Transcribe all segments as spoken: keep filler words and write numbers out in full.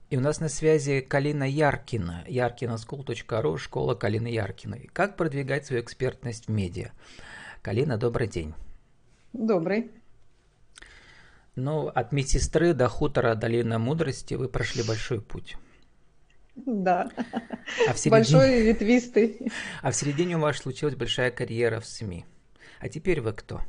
И у нас на связи Калина Яркина, яркина скул точка ру, школа Калины Яркиной. Как продвигать свою экспертность в медиа? Калина, добрый день. Добрый. Ну, от медсестры до хутора долины мудрости вы прошли большой путь. Да, А в середине, большой и ветвистый. а в середине у вас случилась большая карьера в СМИ. А теперь вы кто?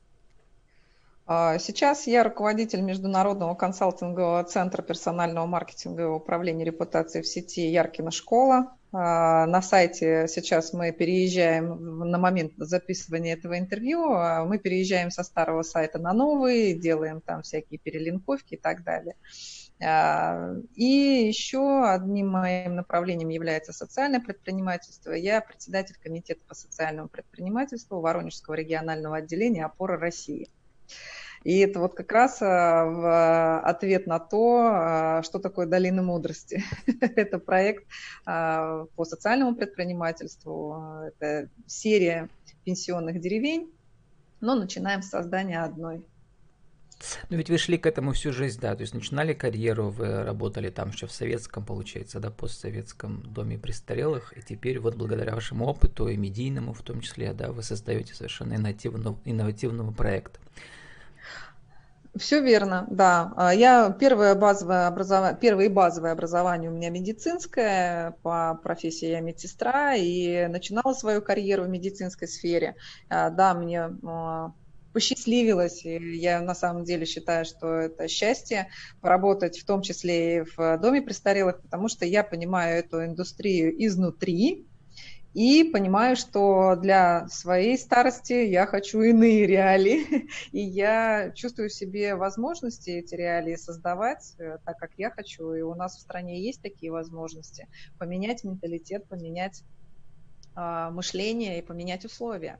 А, Сейчас я руководитель Международного консалтингового центра персонального маркетинга и управления репутацией в сети Яркина школа. А, На сайте сейчас мы переезжаем в- на момент записывания этого интервью, а, мы переезжаем со старого сайта на новый, делаем там всякие перелинковки и так далее. А, И еще одним моим направлением является социальное предпринимательство. Я председатель комитета по социальному предпринимательству Воронежского регионального отделения «Опора России». И это вот как раз а, в ответ на то, а, что такое долина мудрости. Это проект а, по социальному предпринимательству, а, это серия пенсионных деревень, но начинаем с создания одной. Ну ведь вы шли к этому всю жизнь, да, то есть начинали карьеру, вы работали там еще в советском, получается, да, постсоветском доме престарелых, и теперь вот благодаря вашему опыту и медийному в том числе, да, вы создаете совершенно инновативного, инновативного проекта. Все верно, да. А Я первое базовое образование, первое и базовое образование у меня медицинское, по профессии я медсестра, и начинала свою карьеру в медицинской сфере. А, Да, мне а, посчастливилось, и я на самом деле считаю, что это счастье поработать в том числе и в доме престарелых, потому что я понимаю эту индустрию изнутри, и понимаю, что для своей старости я хочу иные реалии, и я чувствую в себе возможности эти реалии создавать э, так, как я хочу. И у нас в стране есть такие возможности поменять менталитет, поменять а, мышление и поменять условия.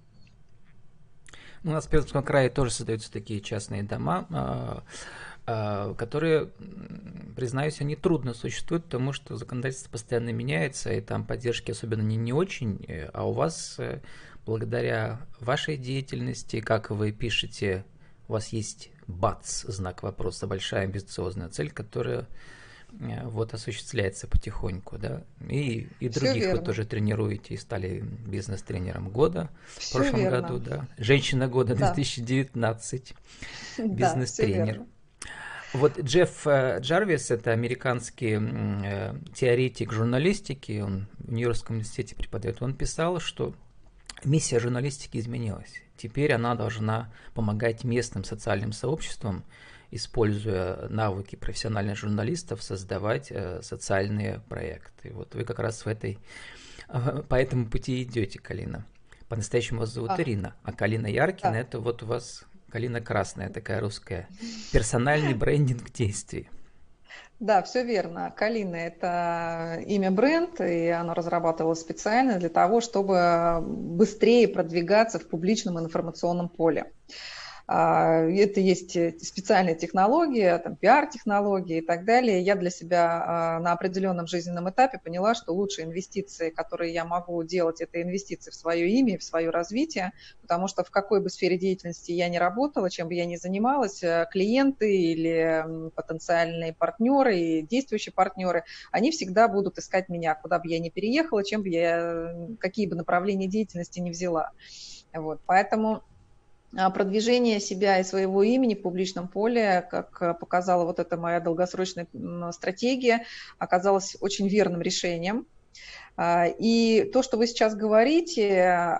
У нас в Пермском крае тоже создаются такие частные дома, а, а, которые, м, признаюсь, они трудно существуют, потому что законодательство постоянно меняется, и там поддержки особенно не, не очень, э, а у вас, э, благодаря вашей деятельности, как вы пишете, у вас есть БАЦ, знак вопроса, большая амбициозная цель, которая э, вот осуществляется потихоньку, да, и, и Все других вы верно, тоже тренируете и стали бизнес-тренером года в все прошлом году, верно, да, женщина года да, две тысячи девятнадцать, да, все бизнес-тренер. верно. Вот Джефф э, Джарвис, это американский м, э, теоретик журналистики, он в Нью-Йоркском университете преподает, он писал, что миссия журналистики изменилась. Теперь она должна помогать местным социальным сообществам, используя навыки профессиональных журналистов, создавать э, социальные проекты. Вот вы как раз в этой, э, по этому пути идете, Калина. По-настоящему вас зовут Да, Ирина, а Калина Яркина – да. это вот у вас Калина Красная, такая русская. Персональный брендинг действий. Да, все верно. Калина – это имя бренд, и оно разрабатывалось специально для того, чтобы быстрее продвигаться в публичном информационном поле. А, Это есть специальные технологии, там, пиар-технологии и так далее. Я для себя а, на определенном жизненном этапе поняла, что лучшие инвестиции, которые я могу делать, это инвестиции в свое имя, в свое развитие, потому что в какой бы сфере деятельности я ни работала, чем бы я ни занималась, э, клиенты или потенциальные партнеры и действующие партнеры, они всегда будут искать меня, куда бы я ни переехала, чем бы я, какие бы направления деятельности ни взяла. Вот, поэтому продвижение себя и своего имени в публичном поле, как показала вот эта моя долгосрочная стратегия, оказалось очень верным решением. И то, что вы сейчас говорите,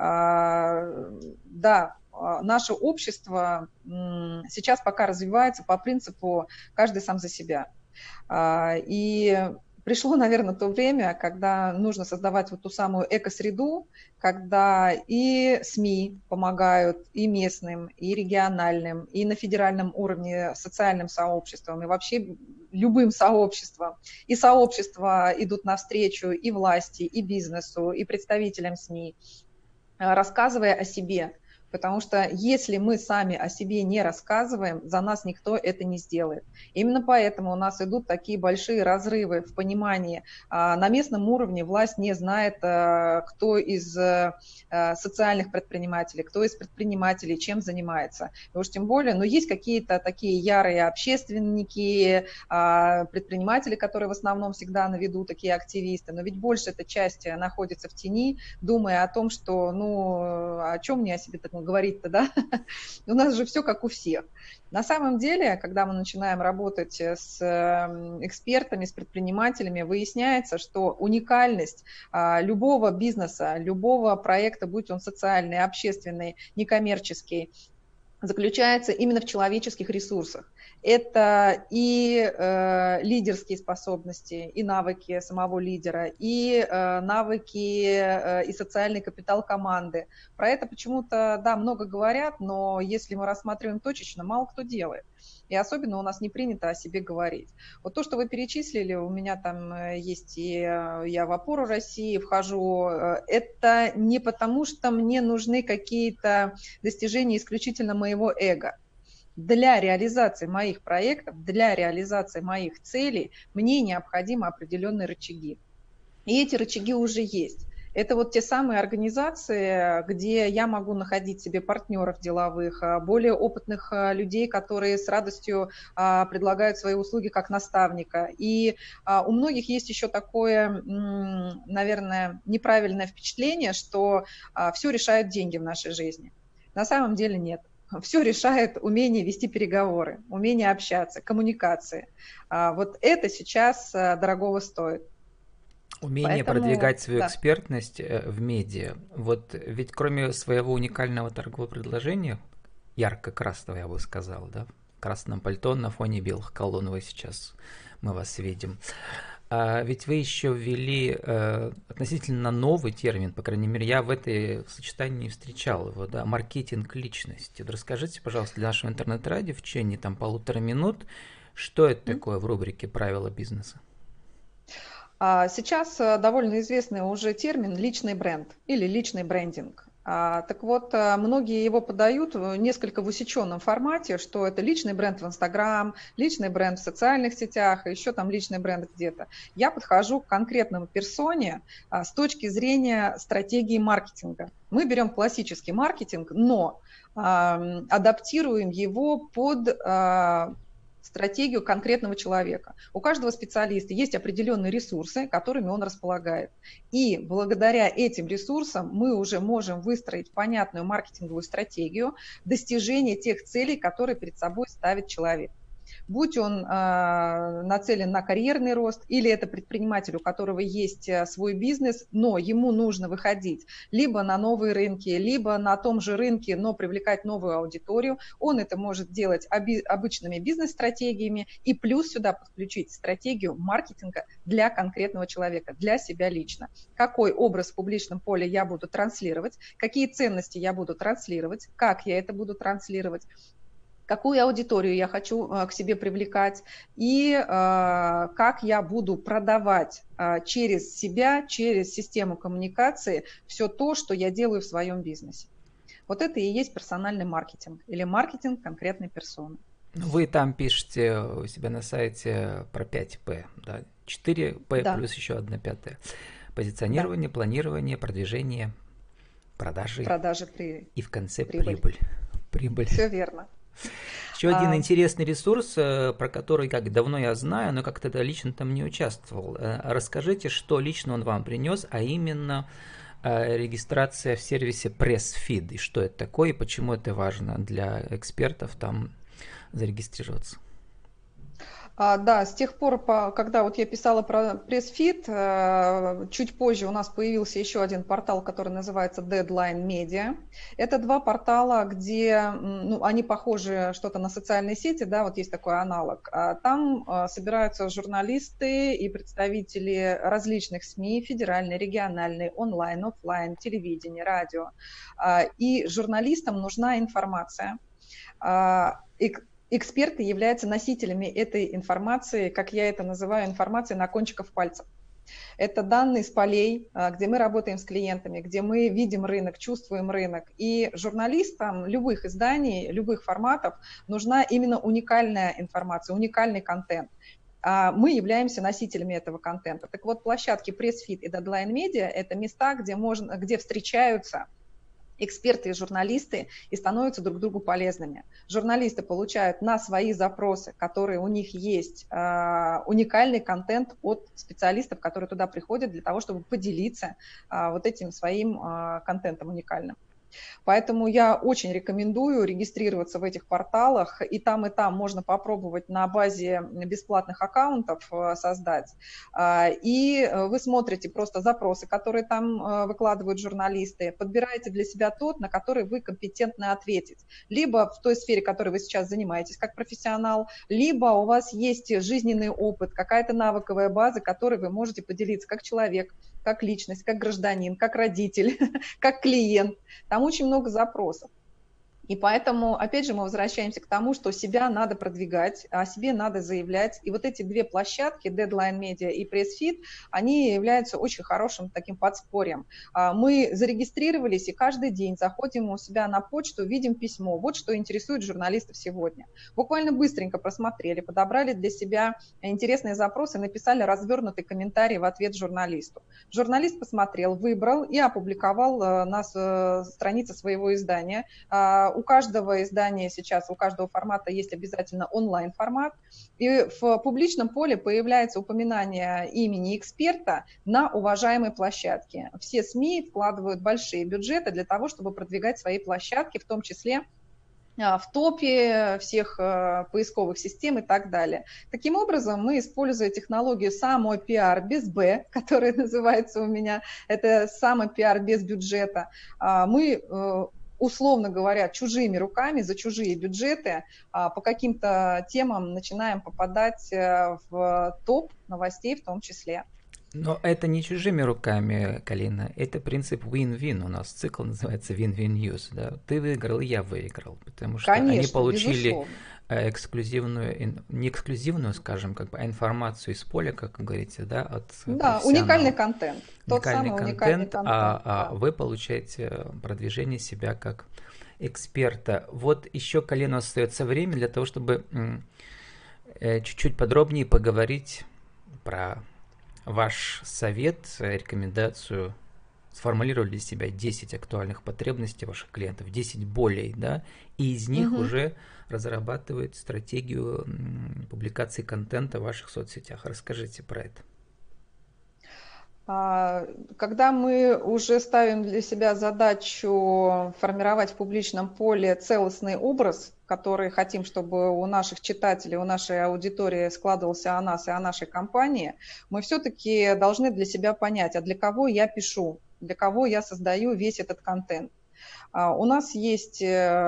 да, наше общество сейчас пока развивается по принципу «каждый сам за себя». И пришло, наверное, то время, когда нужно создавать вот ту самую эко-среду, когда и СМИ помогают и местным, и региональным, и на федеральном уровне социальным сообществам, и вообще любым сообществам. И сообщества идут навстречу и власти, и бизнесу, и представителям СМИ, рассказывая о себе, Потому что если мы сами о себе не рассказываем, за нас никто это не сделает. Именно поэтому у нас идут такие большие разрывы в понимании. На местном уровне власть не знает, кто из социальных предпринимателей, кто из предпринимателей чем занимается. И уж тем более, но есть какие-то такие ярые общественники, предприниматели, которые в основном всегда на виду, такие активисты. Но ведь большая эта часть находится в тени, думая о том, что, ну, о чем мне о себе так говорить-то, да? У нас же все как у всех. На самом деле, когда мы начинаем работать с экспертами, с предпринимателями, выясняется, что уникальность любого бизнеса, любого проекта, будь он социальный, общественный, некоммерческий, заключается именно в человеческих ресурсах. Это и э, лидерские способности, и навыки самого лидера, и э, навыки э, и социальный капитал команды. Про это почему-то, да, много говорят, но если мы рассматриваем точечно, мало кто делает. И особенно у нас не принято о себе говорить. Вот то, что вы перечислили, у меня там есть, и я в опору России вхожу, это не потому, что мне нужны какие-то достижения исключительно моего эго. Для реализации моих проектов, для реализации моих целей мне необходимы определенные рычаги. И эти рычаги уже есть. Это вот те самые организации, где я могу находить себе партнеров деловых, более опытных людей, которые с радостью предлагают свои услуги как наставника. И у многих есть еще такое, наверное, неправильное впечатление, что все решают деньги в нашей жизни. На самом деле нет. Все решает умение вести переговоры, умение общаться, коммуникации. Вот это сейчас дорогого стоит. Умение Поэтому, продвигать свою да. экспертность в медиа. Вот ведь кроме своего уникального торгового предложения, ярко-красного, я бы сказал, да, в красном пальто на фоне белых колонн вы сейчас, мы вас видим. А ведь вы еще ввели э, относительно новый термин, по крайней мере, я в этой сочетании не встречал его, да, маркетинг личности. Вот расскажите, пожалуйста, для нашего интернет-радио в течение там полутора минут, что это такое в рубрике «Правила бизнеса»? Сейчас довольно известный уже термин «личный бренд» или «личный брендинг». Так вот, многие его подают несколько в усеченном формате, что это личный бренд в Инстаграм, личный бренд в социальных сетях, еще там личный бренд где-то. Я подхожу к конкретному персоне с точки зрения стратегии маркетинга. Мы берем классический маркетинг, но адаптируем его под стратегию конкретного человека. У каждого специалиста есть определенные ресурсы, которыми он располагает. И благодаря этим ресурсам мы уже можем выстроить понятную маркетинговую стратегию достижения тех целей, которые перед собой ставит человек. Будь он э, нацелен на карьерный рост, или это предприниматель, у которого есть свой бизнес, но ему нужно выходить либо на новые рынки, либо на том же рынке, но привлекать новую аудиторию, он это может делать оби- обычными бизнес-стратегиями и плюс сюда подключить стратегию маркетинга для конкретного человека, для себя лично. Какой образ в публичном поле я буду транслировать, какие ценности я буду транслировать, как я это буду транслировать, какую аудиторию я хочу к себе привлекать и э, как я буду продавать э, через себя, через систему коммуникации все то, что я делаю в своем бизнесе. Вот это и есть персональный маркетинг или маркетинг конкретной персоны. Вы там пишете у себя на сайте про пять П, да? четыре П да. Плюс еще одна пятая. Позиционирование, да. Планирование, продвижение, продажи, продажи при... и в конце прибыль. Прибыль. прибыль. Все верно. Еще а... один интересный ресурс, про который как давно я знаю, но как-то лично там не участвовал. Расскажите, что лично он вам принес, а именно регистрация в сервисе PressFeed. И что это такое, и почему это важно для экспертов там зарегистрироваться? А, да, с тех пор, когда вот я писала про PressFeed, чуть позже у нас появился еще один портал, который называется Deadline Media. Это два портала, где, ну, они похожи что-то на социальные сети, да, вот есть такой аналог. Там собираются журналисты и представители различных СМИ, федеральные, региональные, онлайн, офлайн, телевидение, радио. И журналистам нужна информация. И эксперты являются носителями этой информации, как я это называю, информации на кончиках пальцев. Это данные с полей, где мы работаем с клиентами, где мы видим рынок, чувствуем рынок. И журналистам любых изданий, любых форматов нужна именно уникальная информация, уникальный контент. Мы являемся носителями этого контента. Так вот, площадки PressFit и Deadline Media – это места, где, можно, где встречаются эксперты и журналисты и становятся друг другу полезными. Журналисты получают на свои запросы, которые у них есть, уникальный контент от специалистов, которые туда приходят для того, чтобы поделиться вот этим своим контентом уникальным. Поэтому я очень рекомендую регистрироваться в этих порталах, и там, и там можно попробовать на базе бесплатных аккаунтов создать. И вы смотрите просто запросы, которые там выкладывают журналисты, подбираете для себя тот, на который вы компетентны ответить. Либо в той сфере, которой вы сейчас занимаетесь как профессионал, либо у вас есть жизненный опыт, какая-то навыковая база, которой вы можете поделиться как человек, как личность, как гражданин, как родитель, как клиент. Там очень много запросов. И поэтому, опять же, мы возвращаемся к тому, что себя надо продвигать, о себе надо заявлять. И вот эти две площадки, Deadline Media и PressFit, они являются очень хорошим таким подспорьем. Мы зарегистрировались и каждый день заходим у себя на почту, видим письмо. Вот что интересует журналистов сегодня. Буквально быстренько просмотрели, подобрали для себя интересные запросы, написали развернутый комментарий в ответ журналисту. Журналист посмотрел, выбрал и опубликовал на странице своего издания. У каждого издания сейчас, у каждого формата есть обязательно онлайн-формат. И в публичном поле появляется упоминание имени эксперта на уважаемой площадке. Все СМИ вкладывают большие бюджеты для того, чтобы продвигать свои площадки, в том числе в топе всех поисковых систем и так далее. Таким образом, мы, используя технологию самопиар без «Б», которая называется у меня, это самопиар без бюджета, мы, условно говоря, чужими руками, за чужие бюджеты по каким-то темам начинаем попадать в топ новостей в том числе. Но это не чужими руками, Калина, это принцип win-win. У нас цикл называется win-win news. Да? Ты выиграл, и я выиграл, потому что Конечно, они получили безусловно. эксклюзивную, не эксклюзивную, скажем, как бы, а информацию из поля, как вы говорите, да, от Да, уникальный контент. Тот уникальный самый контент, уникальный контент. А, а да. вы получаете продвижение себя как эксперта. Вот еще, Калина, остается время для того, чтобы чуть-чуть подробнее поговорить про ваш совет, рекомендацию. Сформулировали для себя десять актуальных потребностей ваших клиентов, десять болей, да, и из них угу. уже разрабатывают стратегию публикации контента в ваших соцсетях. Расскажите про это. Когда мы уже ставим для себя задачу формировать в публичном поле целостный образ, который хотим, чтобы у наших читателей, у нашей аудитории складывался о нас и о нашей компании, мы все-таки должны для себя понять, а для кого я пишу, для кого я создаю весь этот контент. У нас есть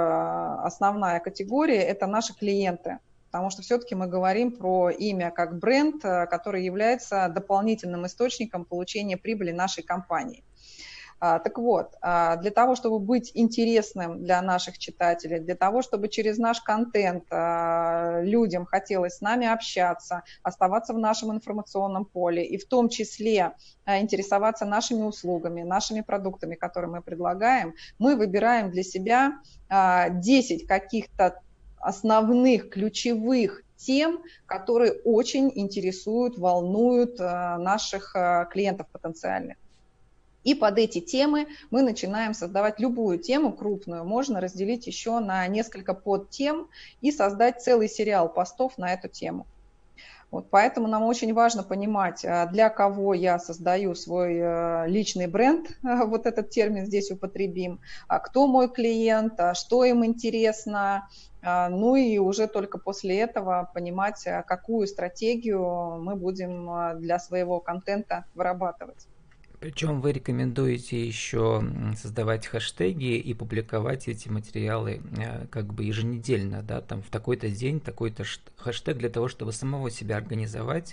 основная категория – это наши клиенты. Потому что все-таки мы говорим про имя как бренд, который является дополнительным источником получения прибыли нашей компании. Так вот, для того, чтобы быть интересным для наших читателей, для того, чтобы через наш контент людям хотелось с нами общаться, оставаться в нашем информационном поле и в том числе интересоваться нашими услугами, нашими продуктами, которые мы предлагаем, мы выбираем для себя десять каких-то основных ключевых тем, которые очень интересуют, волнуют наших клиентов потенциальных. И под эти темы мы начинаем создавать любую тему крупную, можно разделить еще на несколько подтем и создать целый сериал постов на эту тему. Вот, поэтому нам очень важно понимать, для кого я создаю свой личный бренд, вот этот термин здесь употребим, кто мой клиент, что им интересно, ну и уже только после этого понимать, какую стратегию мы будем для своего контента вырабатывать. Причем вы рекомендуете еще создавать хэштеги и публиковать эти материалы как бы еженедельно, да, там в такой-то день, такой-то хэштег для того, чтобы самого себя организовать.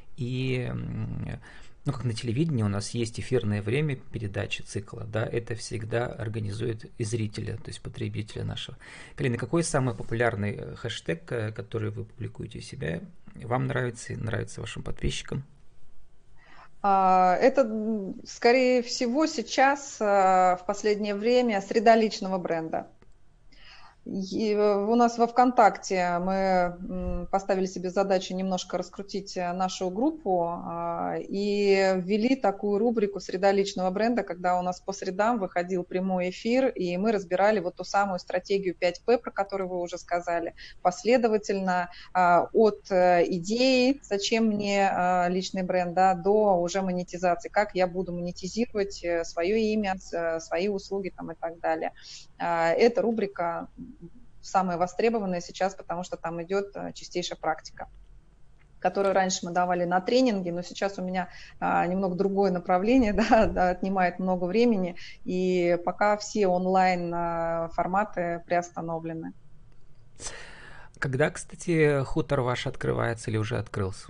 И, ну, как на телевидении у нас есть эфирное время передачи цикла, да, это всегда организует и зрителя, то есть потребителя нашего. Калина, какой самый популярный хэштег, который вы публикуете у себя, вам нравится и нравится вашим подписчикам? А, Это, м, скорее всего, сейчас, а, в последнее время, среда личного бренда. И, э, у нас во ВКонтакте мы м, поставили себе задачу немножко раскрутить э, нашу группу а, и ввели такую рубрику «Среда личного бренда», когда у нас по средам выходил прямой эфир, и мы разбирали вот ту самую стратегию пять пэ, про которую вы уже сказали, последовательно а, от э, идеи, зачем мне а, личный бренд, да, до уже монетизации, как я буду монетизировать э, свое имя, с- э, свои услуги там, и так далее. А, Эта рубрика самая востребованная сейчас, потому что там идет э, чистейшая практика, которую раньше мы давали на тренинги, но сейчас у меня а, немного другое направление, да, да, отнимает много времени, и пока все онлайн а, форматы приостановлены. Когда, кстати, хутор ваш открывается или уже открылся?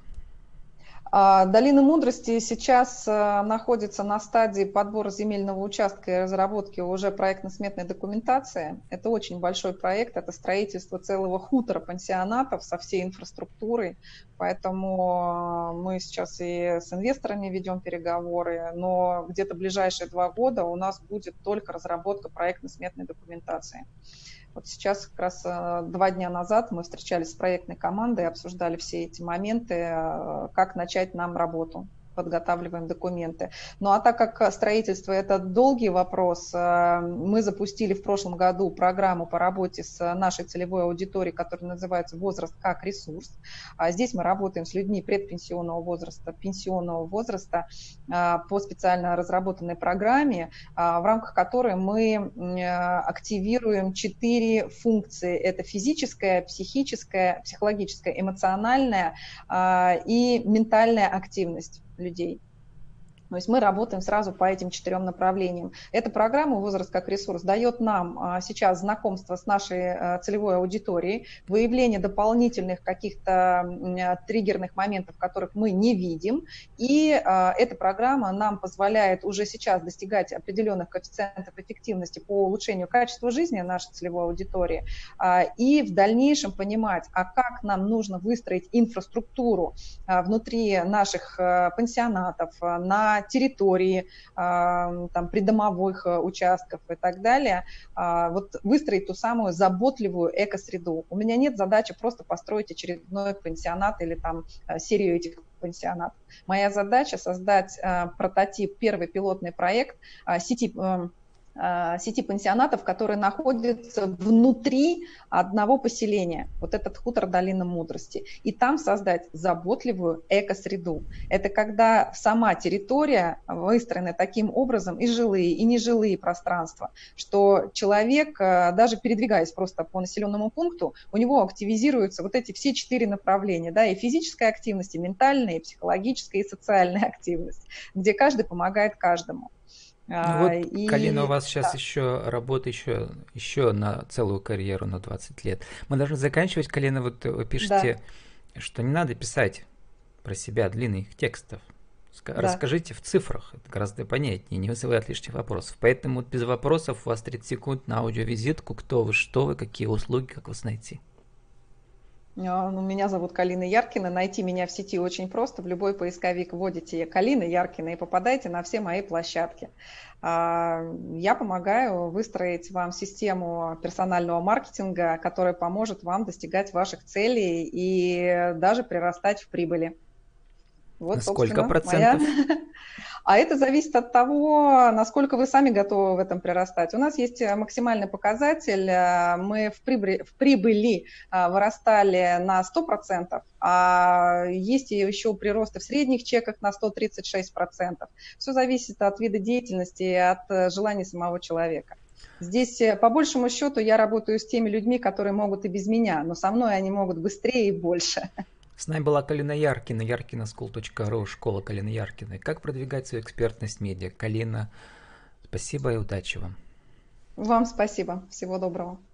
А, Долина мудрости сейчас а, находится на стадии подбора земельного участка и разработки уже проектно-сметной документации. Это очень большой проект, это строительство целого хутора пансионатов со всей инфраструктурой, поэтому а, мы сейчас и с инвесторами ведем переговоры, но где-то ближайшие два года у нас будет только разработка проектно-сметной документации. Вот сейчас как раз э, два дня назад мы встречались с проектной командой, обсуждали все эти моменты, э, как начать нам работу, подготавливаем документы. Ну а так как строительство – это долгий вопрос, э, мы запустили в прошлом году программу по работе с нашей целевой аудиторией, которая называется «Возраст как ресурс». А здесь мы работаем с людьми предпенсионного возраста, пенсионного возраста э, по специально разработанной программе, в рамках которой мы активируем четыре функции. Это физическая, психическая, психологическая, эмоциональная и ментальная активность людей. То есть мы работаем сразу по этим четырем направлениям. Эта программа «Возраст как ресурс» дает нам сейчас знакомство с нашей целевой аудиторией, выявление дополнительных каких-то триггерных моментов, которых мы не видим. И эта программа нам позволяет уже сейчас достигать определенных коэффициентов эффективности по улучшению качества жизни нашей целевой аудитории и в дальнейшем понимать, а как нам нужно выстроить инфраструктуру внутри наших пансионатов, на территории там, придомовых участков и так далее, вот выстроить ту самую заботливую экосреду. У меня нет задачи просто построить очередной пансионат или там серию этих пансионатов. Моя задача создать прототип, первый пилотный проект сети сети пансионатов, которые находятся внутри одного поселения. Вот этот хутор Долина Мудрости. И там создать заботливую экосреду. Это когда сама территория выстроена таким образом, и жилые, и нежилые пространства, что человек, даже передвигаясь просто по населенному пункту, у него активизируются вот эти все четыре направления. Да, и физическая активность, и ментальная, и психологическая, и социальная активность, где каждый помогает каждому. Ну А, вот, Калина, у И вас сейчас да, еще работа еще, еще на целую карьеру на двадцать лет. Мы должны заканчивать, Калина, вот вы да, пишете, что не надо писать про себя длинных текстов. Ска- да. Расскажите в цифрах, это гораздо понятнее, не вызывает лишних вопросов. Поэтому вот без вопросов у вас тридцать секунд на аудиовизитку, кто вы, что вы, какие услуги, как вас найти. А, ну, меня зовут Калина Яркина. Найти меня в сети очень просто. В любой поисковик вводите Калина Яркина и попадаете на все мои площадки. А, Я помогаю выстроить вам систему персонального маркетинга, которая поможет вам достигать ваших целей и даже прирастать в прибыли. На Вот, сколько собственно, моя. процентов? А это зависит от того, насколько вы сами готовы в этом прирастать. У нас есть максимальный показатель. Мы в прибыли, в прибыли вырастали на сто процентов, а есть еще приросты в средних чеках на сто тридцать шесть процентов. Все зависит от вида деятельности и от желаний самого человека. Здесь, по большему счету, я работаю с теми людьми, которые могут и без меня, но со мной они могут быстрее и больше. С нами была Калина Яркина, яркинаскул точка ру, школа Калины Яркиной. Как продвигать свою экспертность в медиа? Калина, спасибо и удачи вам. Вам спасибо. Всего доброго.